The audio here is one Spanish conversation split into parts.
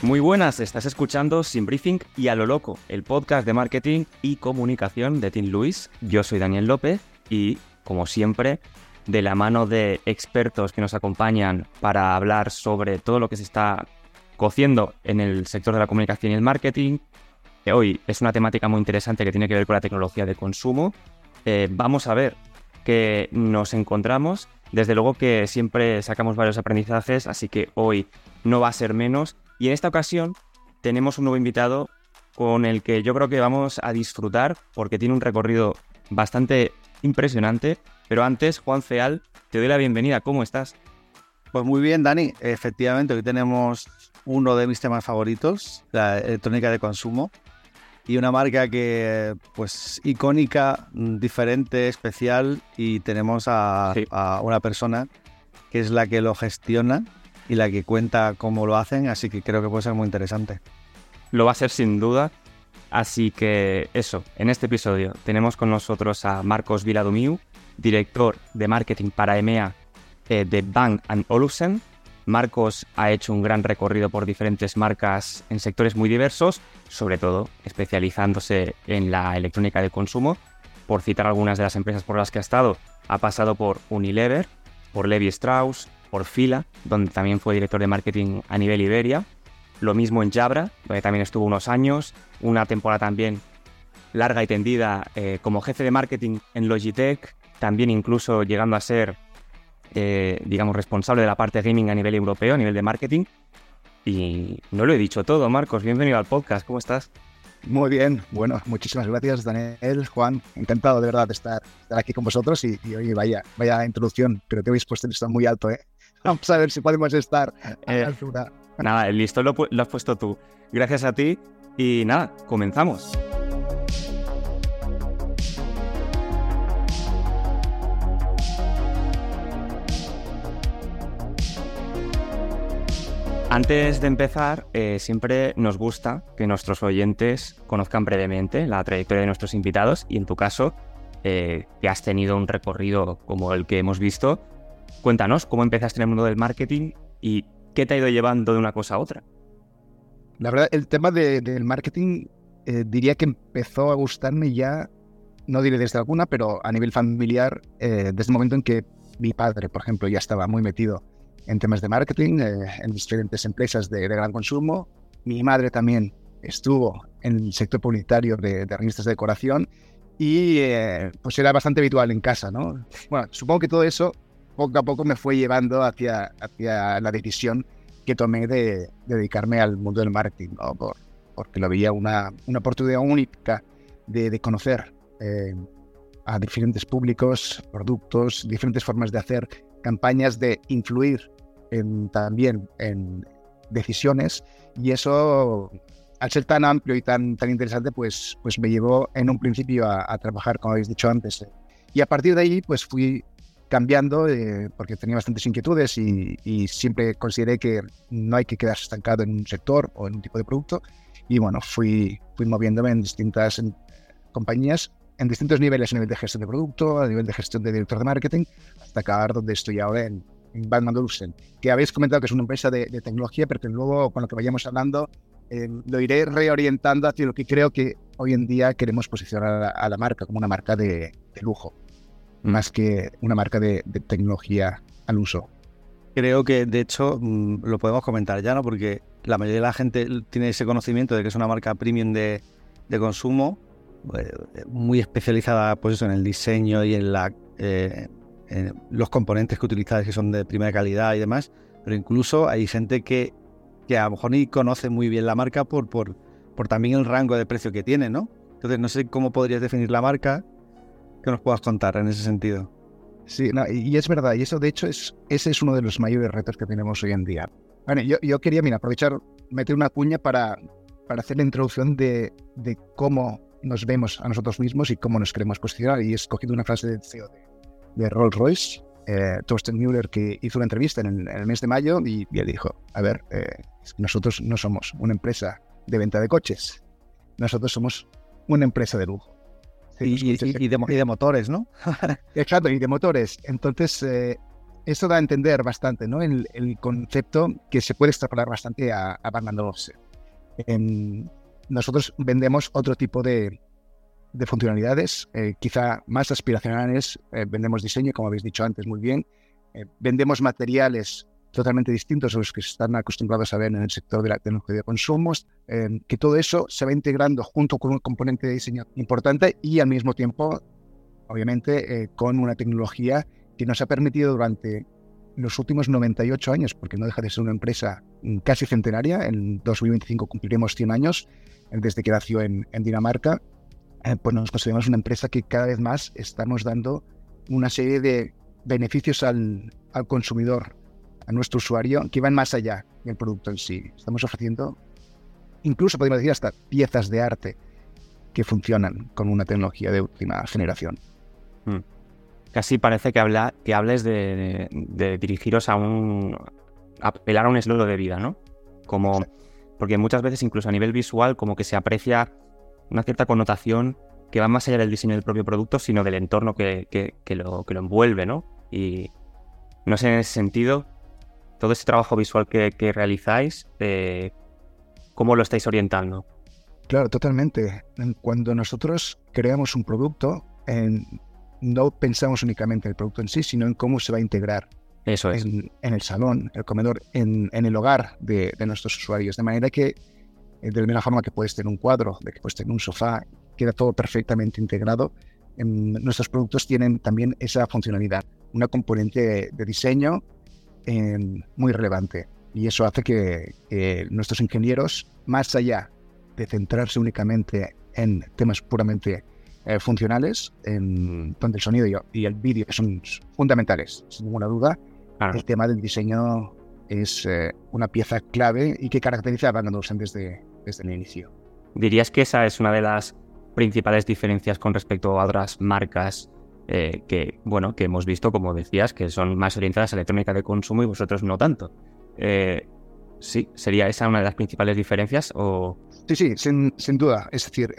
Muy buenas, estás escuchando Sin Briefing y a lo loco, el podcast de marketing y comunicación de Team Luis. Yo soy Daniel López y, como siempre, de la mano de expertos que nos acompañan para hablar sobre todo lo que se está cociendo en el sector de la comunicación y el marketing. Hoy es una temática muy interesante que tiene que ver con la tecnología de consumo. Vamos a ver qué nos encontramos. Desde luego que siempre sacamos varios aprendizajes, así que hoy no va a ser menos. Y en esta ocasión tenemos un nuevo invitado con el que yo creo que vamos a disfrutar porque tiene un recorrido bastante impresionante. Pero antes, Juan Feal, te doy la bienvenida. ¿Cómo estás? Pues muy bien, Dani. Efectivamente, hoy tenemos uno de mis temas favoritos, la electrónica de consumo, y una marca que, pues, icónica, diferente, especial, y tenemos a una persona que es la que lo gestiona y la que cuenta cómo lo hacen, así que creo que puede ser muy interesante. Lo va a ser sin duda. Así que eso, en este episodio tenemos con nosotros a Marcos Viladomiu, director de marketing para EMEA de Bang & Olufsen. Marcos ha hecho un gran recorrido por diferentes marcas en sectores muy diversos, sobre todo especializándose en la electrónica de consumo. Por citar algunas de las empresas por las que ha estado, ha pasado por Unilever, por Levi Strauss, por Fila, donde también fue director de marketing a nivel Iberia. Lo mismo en Jabra, donde también estuvo unos años, una temporada también larga y tendida como jefe de marketing en Logitech, también incluso llegando a ser, responsable de la parte gaming a nivel europeo, a nivel de marketing. Y no lo he dicho todo, Marcos, bienvenido al podcast, ¿cómo estás? Muy bien, bueno, muchísimas gracias, Daniel, Juan, encantado de verdad de estar aquí con vosotros y oye, vaya introducción, pero te habéis puesto el listón muy alto, ¿eh? Vamos a ver si podemos estar a la altura. Nada, el listón lo has puesto tú. Gracias a ti y nada, comenzamos. Antes de empezar, siempre nos gusta que nuestros oyentes conozcan brevemente la trayectoria de nuestros invitados y en tu caso, que has tenido un recorrido como el que hemos visto, cuéntanos cómo empezaste en el mundo del marketing y qué te ha ido llevando de una cosa a otra. La verdad, el tema del marketing diría que empezó a gustarme ya, no diré desde alguna, pero a nivel familiar, desde el momento en que mi padre, por ejemplo, ya estaba muy metido en temas de marketing, en diferentes empresas de gran consumo. Mi madre también estuvo en el sector publicitario de revistas de decoración y pues era bastante habitual en casa, ¿no? Bueno, supongo que todo eso poco a poco me fue llevando hacia la decisión que tomé de dedicarme al mundo del marketing, ¿no? Porque lo veía una oportunidad única de conocer a diferentes públicos, productos, diferentes formas de hacer campañas, de influir también en decisiones, y eso, al ser tan amplio y tan interesante, pues me llevó en un principio a trabajar, como habéis dicho antes. Y a partir de ahí pues fui cambiando porque tenía bastantes inquietudes y siempre consideré que no hay que quedarse estancado en un sector o en un tipo de producto, y bueno, fui moviéndome en distintas compañías, en distintos niveles, a nivel de gestión de producto, a nivel de gestión de director de marketing, hasta acabar donde estoy ahora en Bang & Olufsen, que habéis comentado que es una empresa de tecnología, pero que luego, con lo que vayamos hablando, lo iré reorientando hacia lo que creo que hoy en día queremos posicionar a la marca como una marca de lujo, más que una marca de tecnología al uso. Creo que, de hecho, lo podemos comentar ya, ¿no? Porque la mayoría de la gente tiene ese conocimiento de que es una marca premium de consumo, muy especializada, pues eso, en el diseño y en los componentes que utilizáis, que son de primera calidad y demás, pero incluso hay gente que a lo mejor ni conoce muy bien la marca por también el rango de precio que tiene, ¿no? Entonces no sé cómo podrías definir la marca, que nos puedas contar en ese sentido. Sí, no, y es verdad, y eso de hecho ese es uno de los mayores retos que tenemos hoy en día. Bueno, yo quería, aprovechar, meter una cuña para hacer la introducción de cómo nos vemos a nosotros mismos y cómo nos queremos posicionar, y he escogido una frase del CEO de Rolls-Royce, Thorsten Müller, que hizo una entrevista en el mes de mayo y él dijo, a ver, es que nosotros no somos una empresa de venta de coches, nosotros somos una empresa de lujo. Y de motores, ¿no? Exacto, y de motores. Entonces, esto da a entender bastante, ¿no? El concepto que se puede extrapolar bastante a Bang & Olufsen. Nosotros vendemos otro tipo de funcionalidades, quizá más aspiracionales. Vendemos diseño, como habéis dicho antes muy bien. Vendemos materiales totalmente distintos a los que se están acostumbrados a ver en el sector de la tecnología de consumos, que todo eso se va integrando junto con un componente de diseño importante y al mismo tiempo, obviamente, con una tecnología que nos ha permitido durante los últimos 98 años, porque no deja de ser una empresa casi centenaria, en 2025 cumpliremos 100 años desde que nació en Dinamarca, pues nos consideramos una empresa que cada vez más estamos dando una serie de beneficios al consumidor, a nuestro usuario, que van más allá del producto en sí. Estamos ofreciendo, incluso podríamos decir, hasta piezas de arte que funcionan con una tecnología de última generación. Casi parece que hables de dirigiros a apelar a un estilo de vida, ¿no? Porque muchas veces, incluso a nivel visual, como que se aprecia una cierta connotación que va más allá del diseño del propio producto, sino del entorno que lo envuelve, ¿no? Y no sé, en ese sentido, todo ese trabajo visual que realizáis, ¿cómo lo estáis orientando? Claro, totalmente. Cuando nosotros creamos un producto, no pensamos únicamente en el producto en sí, sino en cómo se va a integrar. Eso es. En el salón, el comedor, en el hogar de nuestros usuarios. De manera que, de la misma forma que puedes tener un cuadro, de que puedes tener un sofá, queda todo perfectamente integrado. Nuestros productos tienen también esa funcionalidad, una componente de diseño muy relevante. Y eso hace que nuestros ingenieros, más allá de centrarse únicamente en temas puramente funcionales, donde el sonido y el vídeo son fundamentales, sin ninguna duda, claro. El tema del diseño es una pieza clave y que caracteriza a Bang & Olufsen desde el inicio. ¿Dirías que esa es una de las principales diferencias con respecto a otras marcas que hemos visto, como decías, que son más orientadas a electrónica de consumo y vosotros no tanto? ¿Sí? ¿Sería esa una de las principales diferencias? ¿O? Sí, sin duda. Es decir,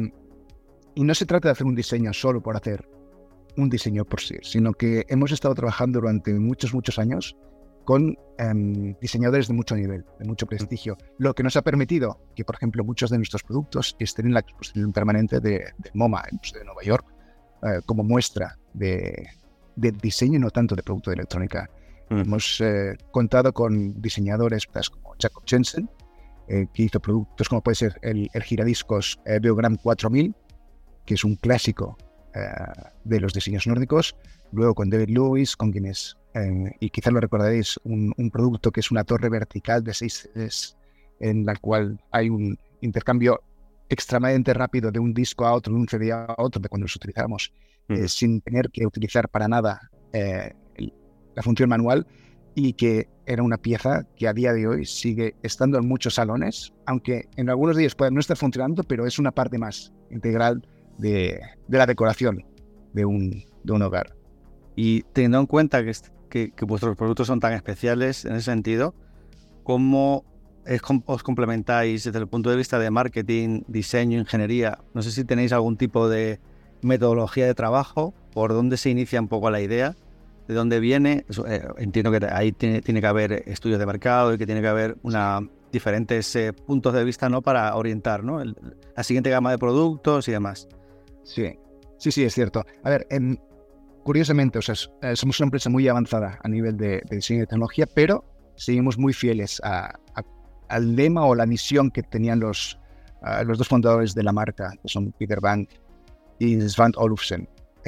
y no se trata de hacer un diseño solo por hacer un diseño por sí, sino que hemos estado trabajando durante muchos años con diseñadores de mucho nivel, de mucho prestigio, lo que nos ha permitido que, por ejemplo, muchos de nuestros productos estén en la exposición permanente del MoMA, el Museo de Nueva York, como muestra de diseño y no tanto de producto de electrónica. Hemos contado con diseñadores como Jacob Jensen, que hizo productos como puede ser el giradiscos Beogram 4000, que es un clásico de los diseños nórdicos. Luego con David Lewis, con quienes, y quizás lo recordaréis, un producto que es una torre vertical de 6 CDs, en la cual hay un intercambio extremadamente rápido de un disco a otro, de un CD a otro, de cuando los utilizamos, sin tener que utilizar para nada la función manual, y que era una pieza que a día de hoy sigue estando en muchos salones, aunque en algunos días puede no estar funcionando, pero es una parte más integral de la decoración de un hogar. Y teniendo en cuenta que vuestros productos son tan especiales en ese sentido, ¿cómo os complementáis desde el punto de vista de marketing, diseño, ingeniería? No sé si tenéis algún tipo de metodología de trabajo, por dónde se inicia un poco la idea, de dónde viene. Entiendo que ahí tiene que haber estudios de mercado y que tiene que haber diferentes puntos de vista, ¿no?, para orientar, ¿no?, la siguiente gama de productos y demás. Sí, es cierto. A ver, curiosamente, somos una empresa muy avanzada a nivel de diseño y de tecnología, pero seguimos muy fieles al lema o la misión que tenían los dos fundadores de la marca, que son Peter Bang y Svante Olufsen.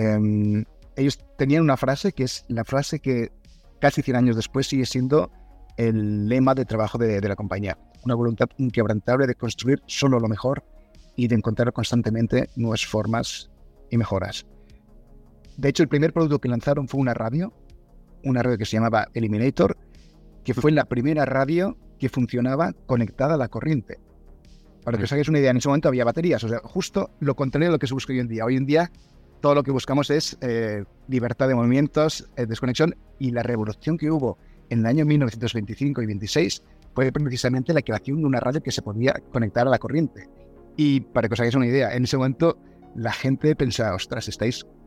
Ellos tenían una frase que es la frase que casi 100 años después sigue siendo el lema de trabajo de la compañía. Una voluntad inquebrantable de construir solo lo mejor y de encontrar constantemente nuevas formas y mejoras. De hecho, el primer producto que lanzaron fue una radio que se llamaba Eliminator, que fue la primera radio que funcionaba conectada a la corriente. Para que os hagáis una idea, en ese momento había baterías, justo lo contrario de lo que se busca hoy en día. Hoy en día todo lo que buscamos es libertad de movimientos, desconexión, y la revolución que hubo en el año 1925 y 26 fue precisamente la creación de una radio que se podía conectar a la corriente. Y para que os hagáis una idea, en ese momento la gente pensaba, ostras, estáis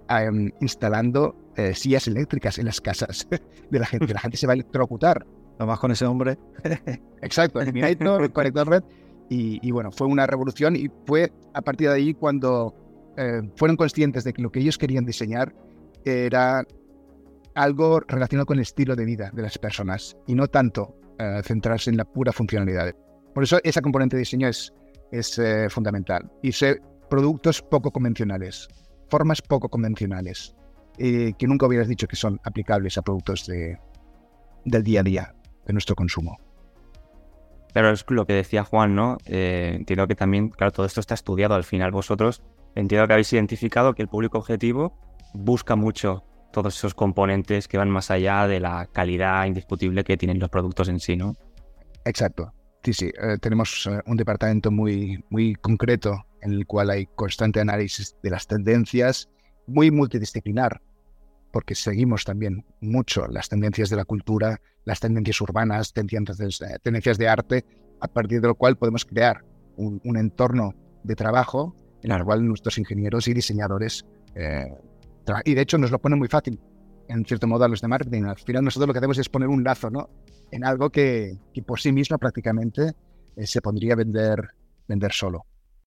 instalando sillas eléctricas en las casas de la gente. La gente se va a electrocutar. Además con ese hombre. Exacto, Eliminator, conector red. Y bueno, fue una revolución y fue a partir de ahí cuando fueron conscientes de que lo que ellos querían diseñar era algo relacionado con el estilo de vida de las personas y no tanto centrarse en la pura funcionalidad. Por eso esa componente de diseño es fundamental. Hice productos poco convencionales, formas poco convencionales, que nunca hubieras dicho que son aplicables a productos del día a día de nuestro consumo. Pero es lo que decía Juan, ¿no? Entiendo que también, claro, todo esto está estudiado. Al final vosotros, entiendo que habéis identificado que el público objetivo busca mucho todos esos componentes que van más allá de la calidad indiscutible que tienen los productos en sí, ¿no? Exacto. Sí. Tenemos un departamento muy, muy concreto en el cual hay constante análisis de las tendencias, muy multidisciplinar, porque seguimos también mucho las tendencias de la cultura, las tendencias urbanas, tendencias de arte, a partir de lo cual podemos crear un entorno de trabajo en el cual nuestros ingenieros y diseñadores y de hecho nos lo ponen muy fácil, en cierto modo, a los de marketing. Al final nosotros lo que hacemos es poner un lazo, ¿no?, en algo que por sí mismo prácticamente se podría vender solo.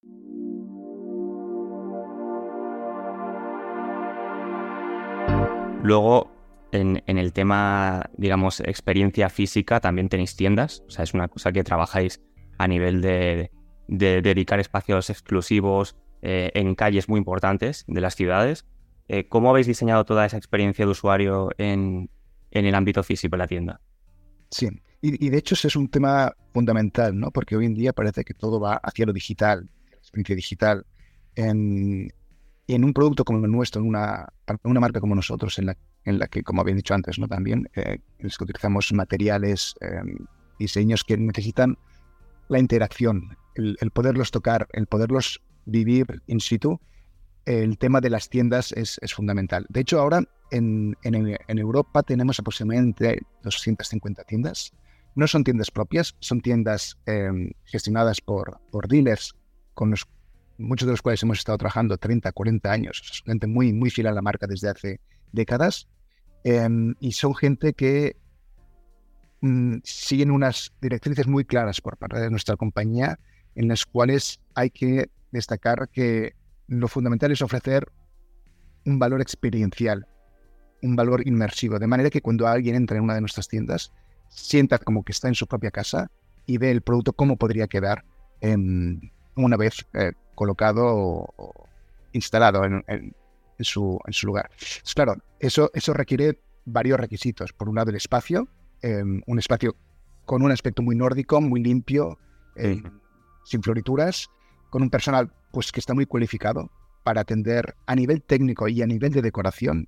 Luego, en el tema, digamos, experiencia física, también tenéis tiendas. O sea, es una cosa que trabajáis a nivel de dedicar espacios exclusivos en calles muy importantes de las ciudades. ¿Cómo habéis diseñado toda esa experiencia de usuario en el ámbito físico de la tienda? Sí, y de hecho ese es un tema fundamental, ¿no? Porque hoy en día parece que todo va hacia lo digital, la experiencia digital. En un producto como el nuestro, para una marca como nosotros, en la que, como había dicho antes, ¿no?, también es que utilizamos materiales, diseños que necesitan la interacción, el poderlos tocar, el poderlos vivir in situ. El tema de las tiendas es fundamental. De hecho, ahora en Europa tenemos aproximadamente 250 tiendas. No son tiendas propias, son tiendas gestionadas por dealers, muchos de los cuales hemos estado trabajando 30, 40 años. Es gente muy, muy fiel a la marca desde hace décadas. Y son gente que siguen unas directrices muy claras por parte de nuestra compañía, en las cuales hay que destacar que lo fundamental es ofrecer un valor experiencial, un valor inmersivo, de manera que cuando alguien entra en una de nuestras tiendas, sienta como que está en su propia casa y ve el producto cómo podría quedar una vez colocado o instalado en su lugar. Pues claro, eso requiere varios requisitos. Por un lado, el espacio, un espacio con un aspecto muy nórdico, muy limpio, sin florituras, con un personal pues que está muy cualificado para atender a nivel técnico y a nivel de decoración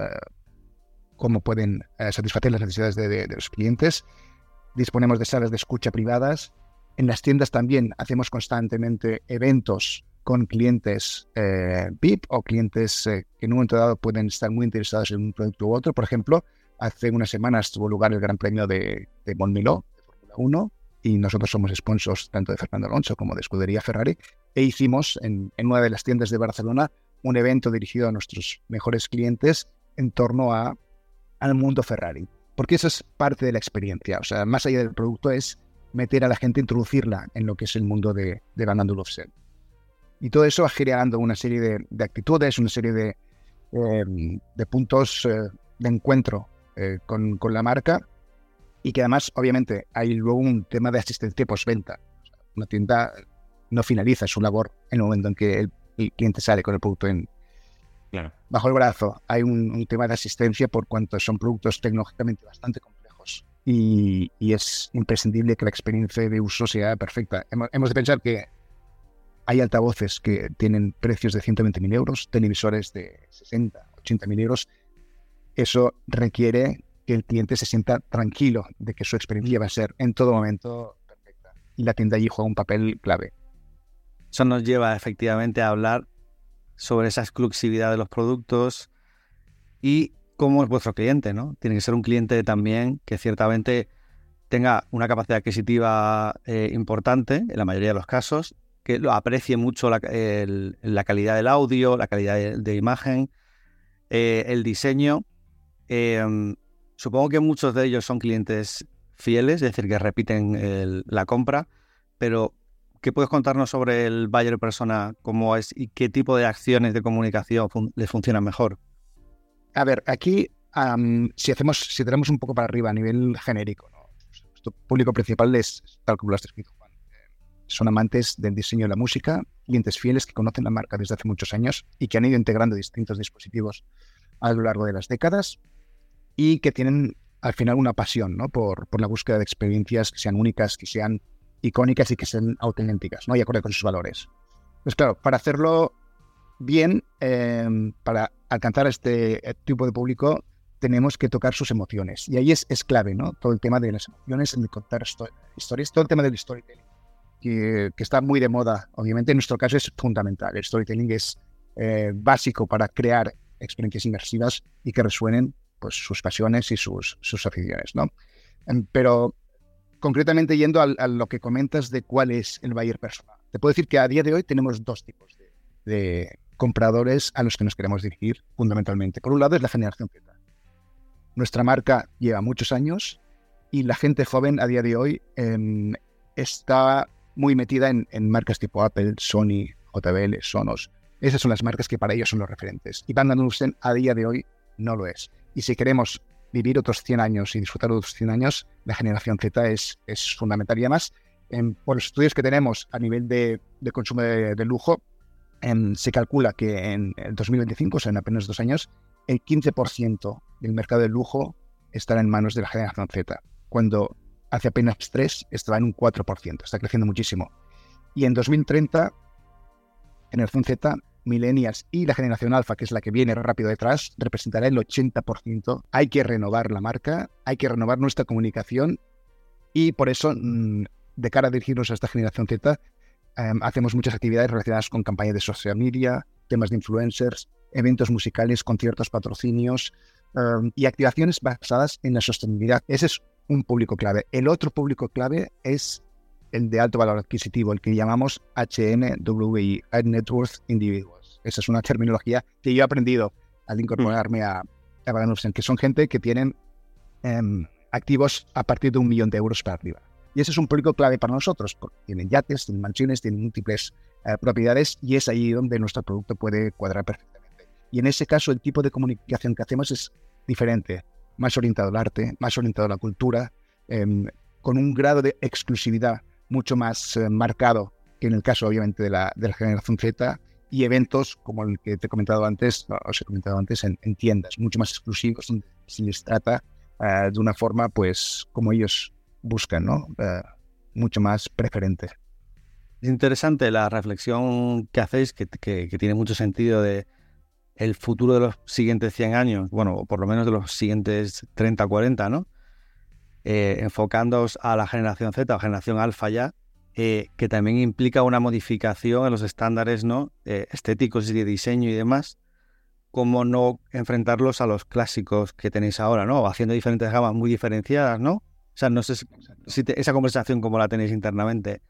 cómo pueden satisfacer las necesidades de los clientes. Disponemos de salas de escucha privadas. En las tiendas también hacemos constantemente eventos con clientes VIP o clientes que en un momento dado pueden estar muy interesados en un producto u otro. Por ejemplo, hace unas semanas tuvo lugar el Gran Premio de Montmeló, de Fórmula 1, y nosotros somos sponsors tanto de Fernando Alonso como de Escudería Ferrari, e hicimos en una de las tiendas de Barcelona un evento dirigido a nuestros mejores clientes en torno al mundo Ferrari. Porque eso es parte de la experiencia. O sea, más allá del producto es meter a la gente, introducirla en lo que es el mundo de Bang & Olufsen. Y todo eso va generando una serie de actitudes, una serie de puntos de encuentro con la marca, y que además, obviamente, hay luego un tema de asistencia postventa. O sea, una tienda no finaliza su labor en el momento en que el cliente sale con el producto bajo el brazo. Hay un tema de asistencia por cuanto son productos tecnológicamente bastante complejos y es imprescindible que la experiencia de uso sea perfecta. Hemos de pensar que hay altavoces que tienen precios de 120.000 euros, televisores de 60, 80.000 euros. Eso requiere que el cliente se sienta tranquilo de que su experiencia va a ser en todo momento perfecta. Y la tienda allí juega un papel clave. Eso nos lleva efectivamente a hablar sobre esa exclusividad de los productos y cómo es vuestro cliente, ¿no? Tiene que ser un cliente también que ciertamente tenga una capacidad adquisitiva importante, en la mayoría de los casos, que lo aprecie mucho la calidad del audio, la calidad de imagen, el diseño. Supongo que muchos de ellos son clientes fieles, es decir, que repiten la compra, pero ¿qué puedes contarnos sobre el buyer persona? ¿Cómo es y qué tipo de acciones de comunicación les funcionan mejor? A ver, aquí si tenemos un poco para arriba a nivel genérico, ¿no? Nuestro público principal es, tal como lo has descrito, Juan, son amantes del diseño y la música, clientes fieles que conocen la marca desde hace muchos años y que han ido integrando distintos dispositivos a lo largo de las décadas y que tienen al final una pasión, ¿no? por la búsqueda de experiencias que sean únicas, que sean icónicas y que sean auténticas, ¿no? Y acorde con sus valores. Pues claro, para hacerlo bien, para alcanzar a este tipo de público, tenemos que tocar sus emociones. Y ahí es clave, ¿no? Todo el tema de las emociones, el de contar historias, todo el tema del storytelling, que está muy de moda. Obviamente, en nuestro caso es fundamental. El storytelling es básico para crear experiencias inmersivas y que resuenen pues, sus pasiones y sus aficiones, ¿no? Pero concretamente yendo a lo que comentas de cuál es el buyer persona, te puedo decir que a día de hoy tenemos dos tipos de compradores a los que nos queremos dirigir fundamentalmente. Por un lado es la generación Z. Nuestra marca lleva muchos años y la gente joven a día de hoy está muy metida en marcas tipo Apple, Sony, JBL, Sonos. Esas son las marcas que para ellos son los referentes. Y Bang & Olufsen a día de hoy no lo es. Y si queremos vivir otros 100 años y disfrutar otros 100 años, la generación Z es fundamental. Y además, por los estudios que tenemos a nivel de consumo de lujo, se calcula que en el 2025, o sea, en apenas 2 años, el 15% del mercado del lujo estará en manos de la generación Z, cuando hace apenas 3 estaba en un 4%, está creciendo muchísimo. Y en 2030, generación Z, millennials y la generación alfa, que es la que viene rápido detrás, representará el 80%. Hay que renovar la marca, hay que renovar nuestra comunicación y por eso, de cara a dirigirnos a esta generación Z, hacemos muchas actividades relacionadas con campañas de social media, temas de influencers, eventos musicales, conciertos, patrocinios y activaciones basadas en la sostenibilidad. Ese es un público clave. El otro público clave es el de alto valor adquisitivo, el que llamamos HNWI, High Net Worth Individuals. Esa es una terminología que yo he aprendido al incorporarme a Bang & Olufsen, que son gente que tienen activos a partir de 1 millón de euros para arriba. Y ese es un público clave para nosotros, porque tienen yates, tienen mansiones, tienen múltiples propiedades y es ahí donde nuestro producto puede cuadrar perfectamente. Y en ese caso el tipo de comunicación que hacemos es diferente, más orientado al arte, más orientado a la cultura, con un grado de exclusividad mucho más marcado que en el caso obviamente de la generación Z, y eventos como el que te he comentado antes, en tiendas, mucho más exclusivos, donde se les trata de una forma pues como ellos buscan, ¿no? Mucho más preferente. Es interesante la reflexión que hacéis, que tiene mucho sentido de el futuro de los siguientes 100 años, bueno, o por lo menos de los siguientes 30, 40, ¿no? Enfocándoos a la generación Z o generación alfa ya, que también implica una modificación en los estándares, ¿no? Estéticos y de diseño y demás. ¿Cómo no enfrentarlos a los clásicos que tenéis ahora, ¿no? Haciendo diferentes gamas muy diferenciadas, ¿no? O sea, no sé si esa conversación como la tenéis internamente.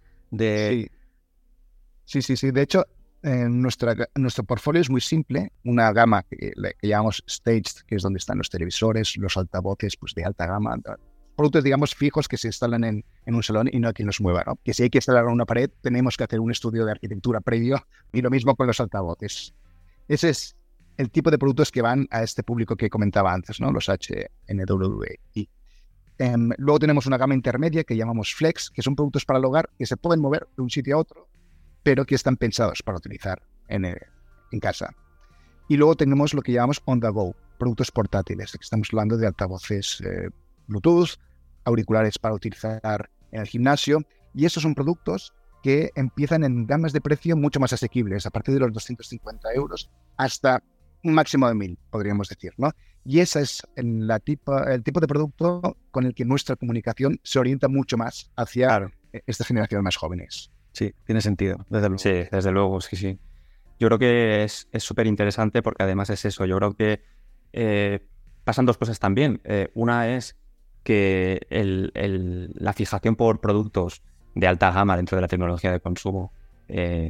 Sí. De hecho, nuestro portfolio es muy simple. Una gama que llamamos Staged, que es donde están los televisores, los altavoces pues, de alta gama. Productos, digamos, fijos que se instalan en un salón y no hay quien los mueva, ¿no? Que si hay que instalar una pared, tenemos que hacer un estudio de arquitectura previo y lo mismo con los altavoces. Ese es el tipo de productos que van a este público que comentaba antes, ¿no? Los HNWI. Luego tenemos una gama intermedia que llamamos Flex, que son productos para el hogar que se pueden mover de un sitio a otro, pero que están pensados para utilizar en casa. Y luego tenemos lo que llamamos On The Go, productos portátiles, que estamos hablando de altavoces Bluetooth, auriculares para utilizar en el gimnasio, y estos son productos que empiezan en gamas de precio mucho más asequibles, a partir de los 250 euros hasta un máximo de 1.000, podríamos decir, ¿no? Y ese es el tipo de producto con el que nuestra comunicación se orienta mucho más hacia esta generación más jóvenes. Sí, tiene sentido, desde luego. Sí, desde luego, sí. Yo creo que es súper interesante porque además es eso. Yo creo que pasan dos cosas también. Una es que la fijación por productos de alta gama dentro de la tecnología de consumo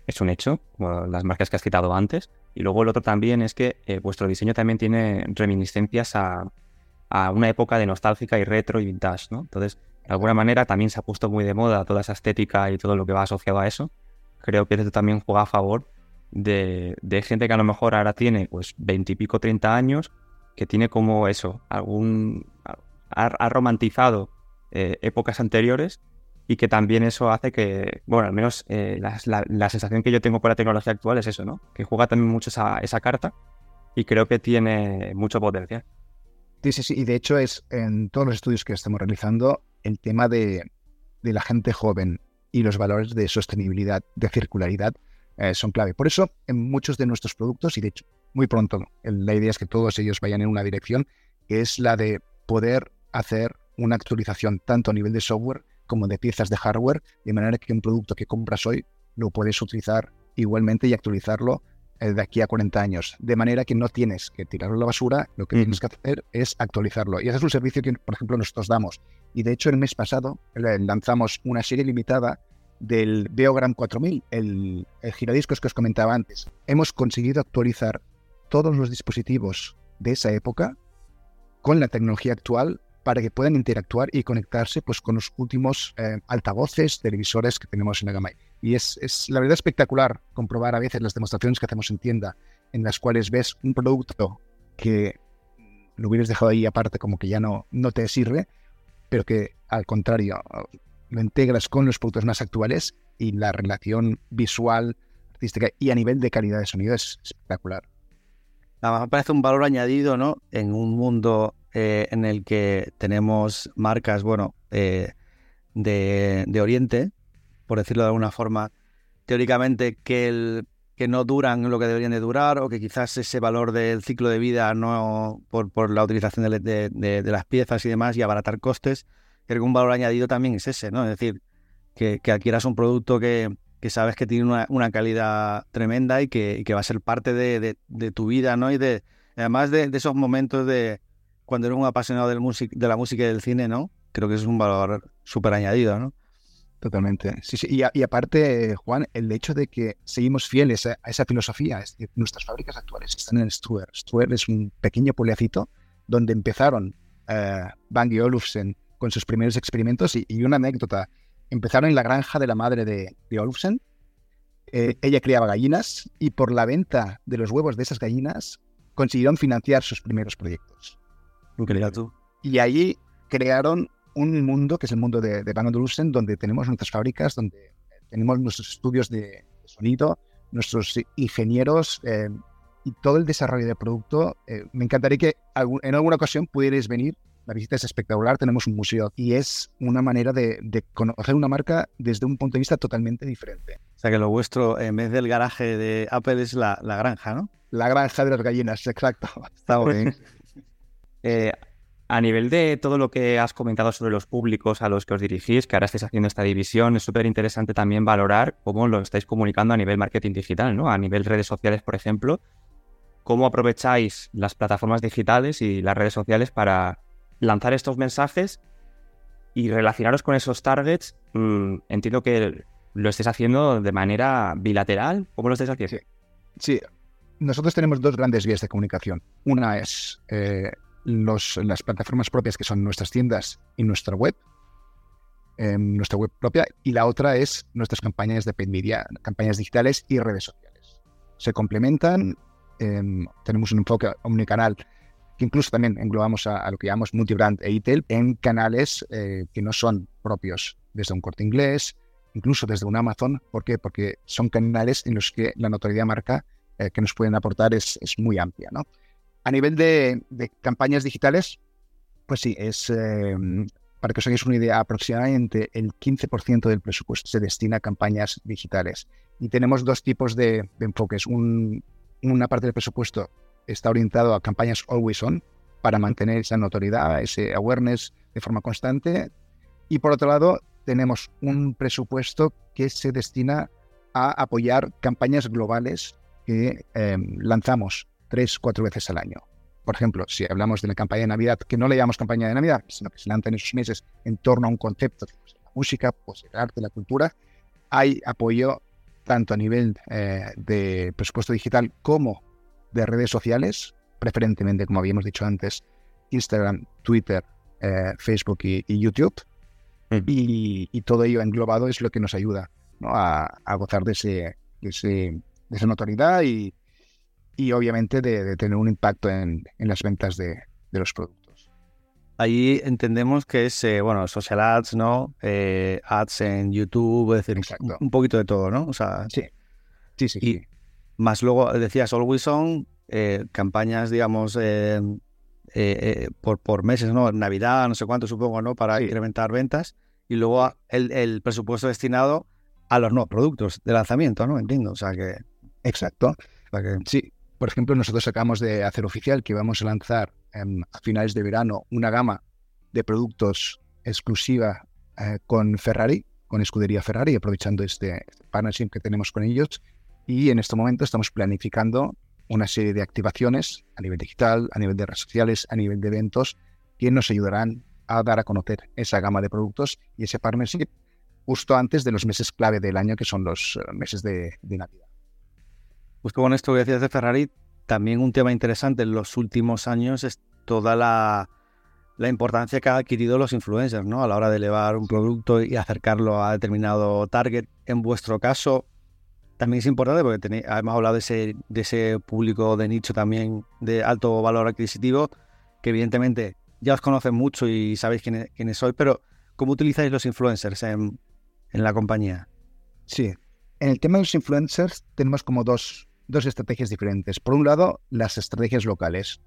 es un hecho, como las marcas que has citado antes. Y luego el otro también es que vuestro diseño también tiene reminiscencias a una época de nostálgica y retro y vintage, ¿no? Entonces, de alguna manera también se ha puesto muy de moda toda esa estética y todo lo que va asociado a eso. Creo que esto también juega a favor de gente que a lo mejor ahora tiene pues 20 y pico, 30 años, que tiene como eso, ha romantizado épocas anteriores, y que también eso hace que, bueno, al menos la sensación que yo tengo con la tecnología actual es eso, ¿no? Que juega también mucho esa carta, y creo que tiene mucho potencial. Sí. Y de hecho es en todos los estudios que estamos realizando el tema de la gente joven y los valores de sostenibilidad, de circularidad, son clave. Por eso en muchos de nuestros productos, y de hecho muy pronto la idea es que todos ellos vayan en una dirección, que es la de poder hacer una actualización tanto a nivel de software como de piezas de hardware, de manera que un producto que compras hoy lo puedes utilizar igualmente y actualizarlo de aquí a 40 años, de manera que no tienes que tirarlo a la basura, lo que tienes que hacer es actualizarlo. Y ese es un servicio que, por ejemplo, nosotros damos. Y de hecho, el mes pasado lanzamos una serie limitada del Beogram 4000, el giradiscos que os comentaba antes. Hemos conseguido actualizar todos los dispositivos de esa época con la tecnología actual para que puedan interactuar y conectarse pues, con los últimos altavoces, televisores que tenemos en la gama. Y es la verdad espectacular comprobar a veces las demostraciones que hacemos en tienda, en las cuales ves un producto que lo hubieras dejado ahí aparte como que ya no te sirve, pero que al contrario lo integras con los productos más actuales y la relación visual, artística y a nivel de calidad de sonido es espectacular. Además, me parece un valor añadido, ¿no? En un mundo en el que tenemos marcas, bueno, de Oriente, por decirlo de alguna forma, teóricamente que no duran lo que deberían de durar, o que quizás ese valor del ciclo de vida no por la utilización de las piezas y demás y abaratar costes. Creo que un valor añadido también es ese, ¿no? Es decir, que adquieras un producto que sabes que tiene una calidad tremenda y que va a ser parte de tu vida, ¿no? Y además de esos momentos de cuando eres un apasionado de la música y del cine, ¿no? Creo que es un valor súper añadido, ¿no? Totalmente. Sí. Y aparte, Juan, el hecho de que seguimos fieles a esa filosofía, es decir, nuestras fábricas actuales están en Struer. Struer es un pequeño pueblecito donde empezaron Bang y Olufsen con sus primeros experimentos y una anécdota. Empezaron en la granja de la madre de Olufsen. Ella criaba gallinas y por la venta de los huevos de esas gallinas consiguieron financiar sus primeros proyectos. Mira tú. Y allí crearon un mundo que es el mundo de Bang & Olufsen, donde tenemos nuestras fábricas, donde tenemos nuestros estudios de sonido, nuestros ingenieros y todo el desarrollo del producto. Me encantaría que en alguna ocasión pudierais venir. La visita es espectacular, tenemos un museo y es una manera de conocer una marca desde un punto de vista totalmente diferente. O sea que lo vuestro, en vez del garaje de Apple, es la granja, ¿no? La granja de las gallinas, exacto. Está muy bien. A nivel de todo lo que has comentado sobre los públicos a los que os dirigís, que ahora estáis haciendo esta división, es súper interesante también valorar cómo lo estáis comunicando a nivel marketing digital, ¿no? A nivel redes sociales, por ejemplo. ¿Cómo aprovecháis las plataformas digitales y las redes sociales para lanzar estos mensajes y relacionaros con esos targets? Entiendo que lo estáis haciendo de manera bilateral. ¿Cómo lo estáis haciendo? Sí. Nosotros tenemos dos grandes vías de comunicación. Una es las plataformas propias que son nuestras tiendas y nuestra web propia, y la otra es nuestras campañas de paid media, campañas digitales y redes sociales. Se complementan, tenemos un enfoque omnicanal que incluso también englobamos a lo que llamamos multibrand e e-tail en canales que no son propios, desde un Corte Inglés, incluso desde un Amazon. ¿Por qué? Porque son canales en los que la notoriedad marca que nos pueden aportar es muy amplia, ¿no? A nivel de campañas digitales, pues sí, para que os hagáis una idea, aproximadamente el 15% del presupuesto se destina a campañas digitales. Y tenemos dos tipos de enfoques. Una parte del presupuesto está orientado a campañas always on, para mantener esa notoriedad, ese awareness de forma constante. Y por otro lado, tenemos un presupuesto que se destina a apoyar campañas globales que lanzamos 3-4 veces al año. Por ejemplo, si hablamos de la campaña de Navidad, que no le llamamos campaña de Navidad, sino que se lanza en esos meses en torno a un concepto, pues, la música, pues, el arte, la cultura, hay apoyo tanto a nivel de presupuesto digital como de redes sociales, preferentemente, como habíamos dicho antes, Instagram, Twitter, Facebook y YouTube. Y todo ello englobado es lo que nos ayuda, ¿no?, a gozar de esa notoriedad y obviamente de tener un impacto en las ventas de los productos. Ahí entendemos que es, social ads, ¿no? Ads en YouTube, es decir, un poquito de todo, ¿no? O sea, sí. Y más luego, decías, Always On, campañas, digamos, por meses, ¿no? Navidad, no sé cuánto, supongo, ¿no? Para incrementar ventas. Y luego el presupuesto destinado a los nuevos productos de lanzamiento, ¿no? Entiendo, o sea que... Exacto. Sí, por ejemplo, nosotros acabamos de hacer oficial que vamos a lanzar a finales de verano una gama de productos exclusiva con Ferrari, con Escudería Ferrari, aprovechando este partnership que tenemos con ellos. Y en este momento estamos planificando una serie de activaciones a nivel digital, a nivel de redes sociales, a nivel de eventos, que nos ayudarán a dar a conocer esa gama de productos y ese partnership justo antes de los meses clave del año, que son los meses de Navidad. Justo con esto que decías de Ferrari, también un tema interesante en los últimos años es toda la importancia que han adquirido los influencers, ¿no? A la hora de elevar un producto y acercarlo a determinado target. En vuestro caso, también es importante porque hemos hablado de ese público de nicho también de alto valor adquisitivo, que evidentemente ya os conocen mucho y sabéis quiénes sois, pero ¿cómo utilizáis los influencers en la compañía? Sí, en el tema de los influencers tenemos como dos estrategias diferentes. Por un lado, las estrategias locales,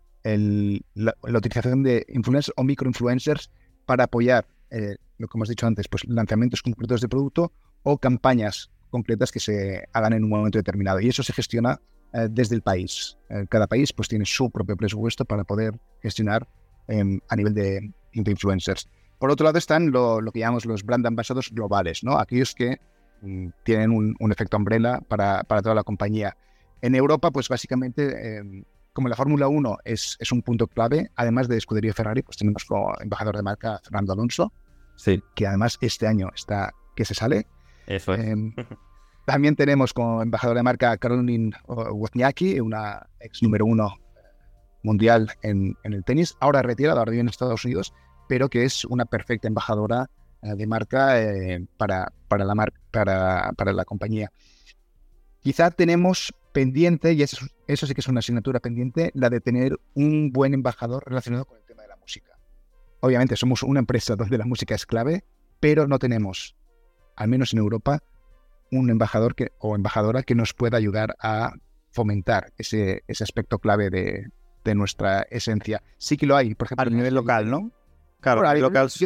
la utilización de influencers o microinfluencers para apoyar, lo que hemos dicho antes, pues lanzamientos concretos de producto o campañas concretas que se hagan en un momento determinado. Y eso se gestiona desde el país. Cada país pues tiene su propio presupuesto para poder gestionar a nivel de influencers. Por otro lado están lo que llamamos los brand ambassadors globales, ¿no? Aquellos que tienen un efecto umbrella para toda la compañía. En Europa, pues básicamente, como la Fórmula 1 es un punto clave, además de Escudería Ferrari, pues tenemos como embajador de marca Fernando Alonso, sí, que además este año está que se sale. Eso es. También tenemos como embajadora de marca Caroline Wozniacki, una ex número 1 mundial en el tenis, ahora retirada, ahora vive en Estados Unidos, pero que es una perfecta embajadora de marca para la compañía. Quizá tenemos pendiente, y eso sí que es una asignatura pendiente, la de tener un buen embajador relacionado con el tema de la música. Obviamente somos una empresa donde la música es clave, pero no tenemos, al menos en Europa, un embajador o embajadora que nos pueda ayudar a fomentar ese aspecto clave de nuestra esencia. Sí que lo hay, por ejemplo, a nivel local, ¿no? Claro, bueno,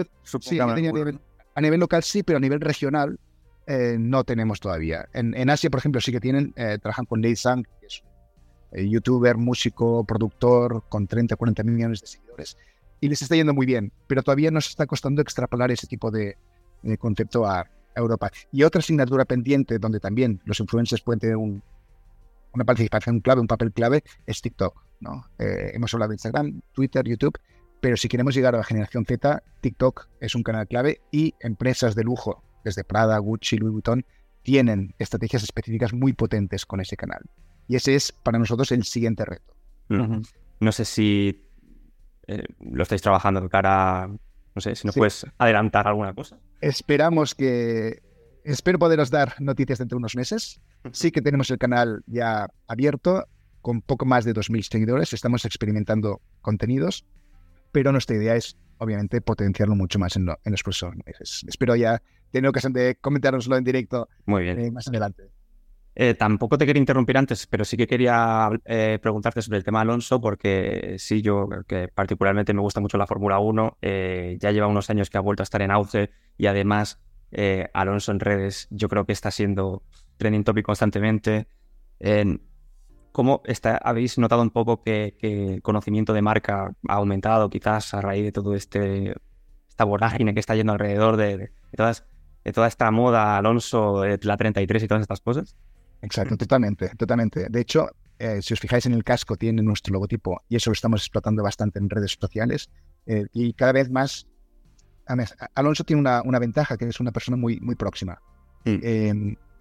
a nivel local sí, pero a nivel regional no tenemos todavía. En Asia, por ejemplo, sí que trabajan con Lei Sang, que es un youtuber, músico, productor con 30 o 40 millones de seguidores, y les está yendo muy bien, pero todavía nos está costando extrapolar ese tipo de concepto a Europa. Y otra asignatura pendiente donde también los influencers pueden tener una participación clave, un papel clave, es TikTok, ¿no? Hemos hablado de Instagram, Twitter, YouTube, pero si queremos llegar a la generación Z, TikTok es un canal clave y empresas de lujo, desde Prada, Gucci, Louis Vuitton, tienen estrategias específicas muy potentes con ese canal. Y ese es para nosotros el siguiente reto. No sé si lo estáis trabajando de cara, no sé, si nos puedes adelantar alguna cosa. Espero poderos dar noticias dentro de unos meses. Sí que tenemos el canal ya abierto, con poco más de 2.000 seguidores. Estamos experimentando contenidos, pero nuestra idea es, obviamente, potenciarlo mucho más en los próximos meses. Espero ya tener ocasión de comentárnoslo en directo. Muy bien. Más adelante. Tampoco te quería interrumpir antes, pero sí que quería preguntarte sobre el tema Alonso, porque sí, yo que particularmente me gusta mucho la Fórmula 1, ya lleva unos años que ha vuelto a estar en auge y además Alonso en redes yo creo que está siendo trending topic constantemente. ¿Cómo habéis notado un poco que el conocimiento de marca ha aumentado quizás a raíz de todo esta vorágine que está yendo alrededor de toda esta moda Alonso, la 33 y todas estas cosas? Exacto, totalmente. De hecho, si os fijáis en el casco tiene nuestro logotipo y eso lo estamos explotando bastante en redes sociales y cada vez más. Alonso tiene una ventaja, que es una persona muy, muy próxima.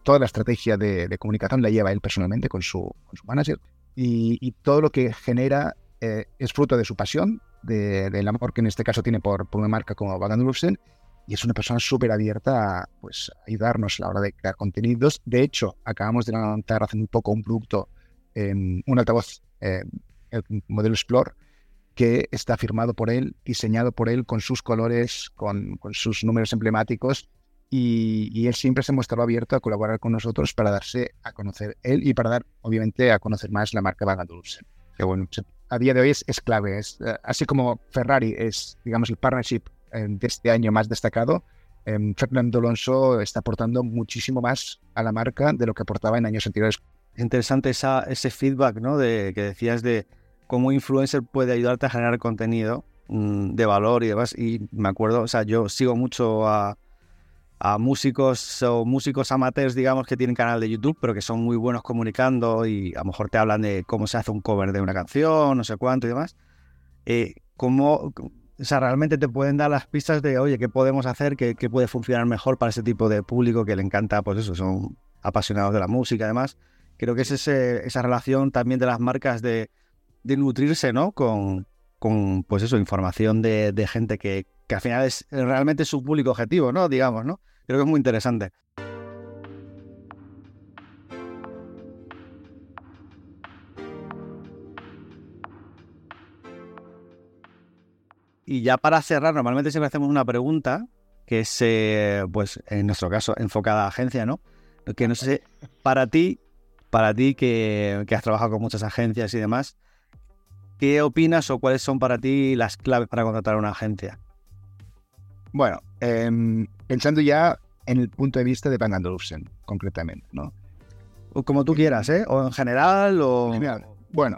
toda la estrategia de comunicación la lleva él personalmente con su manager y todo lo que genera es fruto de su pasión, del amor que en este caso tiene por una marca como Bang & Olufsen, y es una persona súper abierta a ayudarnos a la hora de crear contenidos. De hecho, acabamos de lanzar hace muy poco un producto, un altavoz, el modelo Explore, que está firmado por él, diseñado por él, con sus colores, con sus números emblemáticos, y él siempre se mostró abierto a colaborar con nosotros para darse a conocer él y para dar, obviamente, a conocer más la marca Bang & Olufsen. Que bueno, a día de hoy es clave. Así como Ferrari es, digamos, el partnership de este año más destacado, Fernando Alonso está aportando muchísimo más a la marca de lo que aportaba en años anteriores. Es interesante ese feedback, ¿no? Que decías de cómo un influencer puede ayudarte a generar contenido de valor y demás. Y me acuerdo, o sea, yo sigo mucho a músicos o músicos amateurs, digamos, que tienen canal de YouTube, pero que son muy buenos comunicando y a lo mejor te hablan de cómo se hace un cover de una canción, no sé cuánto y demás. O sea, realmente te pueden dar las pistas de, oye, ¿qué podemos hacer? ¿Qué puede funcionar mejor para ese tipo de público que le encanta? Pues eso, son apasionados de la música, además. Creo que es esa relación también de las marcas de nutrirse, ¿no? Con pues eso, información de gente que al final es realmente su público objetivo, ¿no? Digamos, ¿no? Creo que es muy interesante. Y ya para cerrar, normalmente siempre hacemos una pregunta que es, pues en nuestro caso, enfocada a agencia, ¿no? Que no sé, para ti que has trabajado con muchas agencias y demás, ¿qué opinas o cuáles son para ti las claves para contratar a una agencia? Bueno, pensando ya en el punto de vista de Bang & Olufsen, concretamente, ¿no? O como tú quieras, ¿eh? O en general, o... En general. Bueno,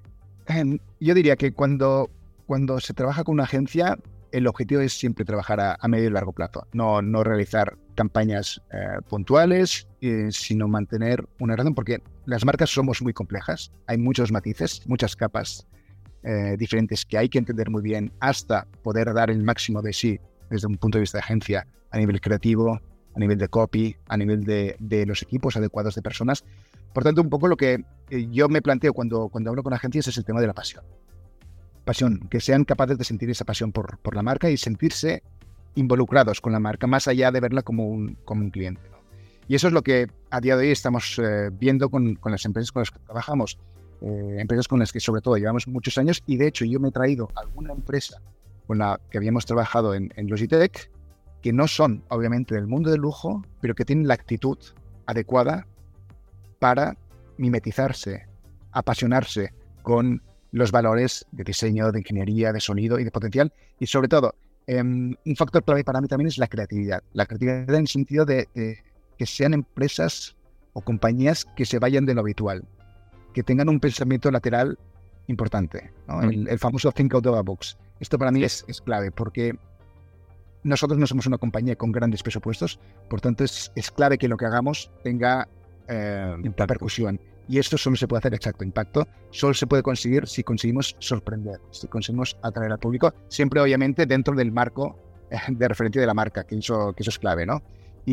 yo diría que cuando se trabaja con una agencia, el objetivo es siempre trabajar a medio y largo plazo. No realizar campañas puntuales, sino mantener una relación, porque las marcas somos muy complejas. Hay muchos matices, muchas capas diferentes que hay que entender muy bien hasta poder dar el máximo de sí desde un punto de vista de agencia, a nivel creativo, a nivel de copy, a nivel de los equipos adecuados de personas. Por tanto, un poco lo que yo me planteo cuando hablo con agencias es el tema de la pasión. Pasión, que sean capaces de sentir esa pasión por la marca y sentirse involucrados con la marca, más allá de verla como un cliente, ¿no? Y eso es lo que a día de hoy estamos viendo con las empresas con las que trabajamos, empresas con las que sobre todo llevamos muchos años, y de hecho yo me he traído alguna empresa con la que habíamos trabajado en Logitech, que no son obviamente del mundo del lujo, pero que tienen la actitud adecuada para mimetizarse, apasionarse con los valores de diseño, de ingeniería, de sonido y de potencial. Y sobre todo, un factor clave para mí también es la creatividad. La creatividad en el sentido de que sean empresas o compañías que se vayan de lo habitual, que tengan un pensamiento lateral importante, ¿no? El famoso think out of the box. Esto para mí es clave, porque nosotros no somos una compañía con grandes presupuestos, por tanto es clave que lo que hagamos tenga repercusión. Y esto solo se puede hacer, impacto, solo se puede conseguir si conseguimos sorprender, si conseguimos atraer al público, siempre obviamente dentro del marco de referencia de la marca, que eso es clave, ¿no?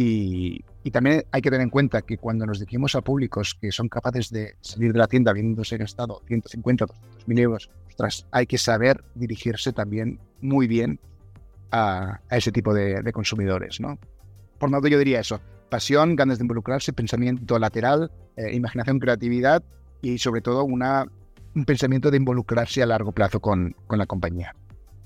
Y también hay que tener en cuenta que cuando nos dirigimos a públicos que son capaces de salir de la tienda habiéndose gastado 150, 200.000 euros, hay que saber dirigirse también muy bien a ese tipo de consumidores, ¿no? Por lo tanto, yo diría eso: pasión, ganas de involucrarse, pensamiento lateral, imaginación, creatividad y sobre todo un pensamiento de involucrarse a largo plazo con la compañía.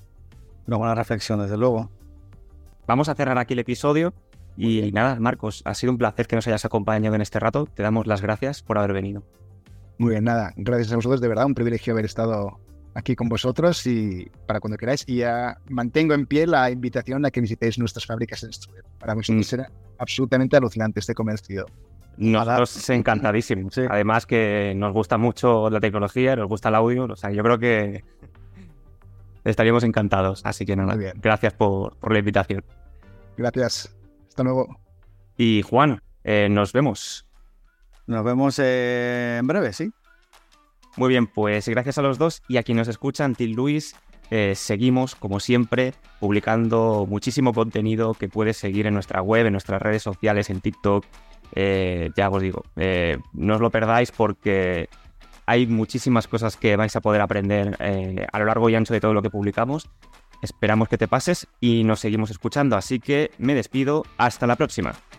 Una buena reflexión, desde luego. Vamos a cerrar aquí el episodio y nada, Marcos, ha sido un placer que nos hayas acompañado en este rato. Te damos las gracias por haber venido. Muy bien, nada, gracias a vosotros, de verdad, un privilegio haber estado aquí con vosotros y para cuando queráis. Y ya mantengo en pie la invitación a que visitéis nuestras fábricas en Stuttgart. Para vosotros será absolutamente alucinante, estoy convencido. Nosotros encantadísimos. Sí. Además que nos gusta mucho la tecnología, nos gusta el audio, o sea, yo creo que estaríamos encantados. Así que nada, gracias por la invitación. Gracias, hasta luego. Y Juan, nos vemos. Nos vemos en breve, sí. Muy bien, pues gracias a los dos y a quienes nos escuchan, Tim Lewis, seguimos, como siempre, publicando muchísimo contenido que puedes seguir en nuestra web, en nuestras redes sociales, en TikTok. Ya os digo, no os lo perdáis porque hay muchísimas cosas que vais a poder aprender a lo largo y ancho de todo lo que publicamos. Esperamos que te pases y nos seguimos escuchando, así que me despido. Hasta la próxima.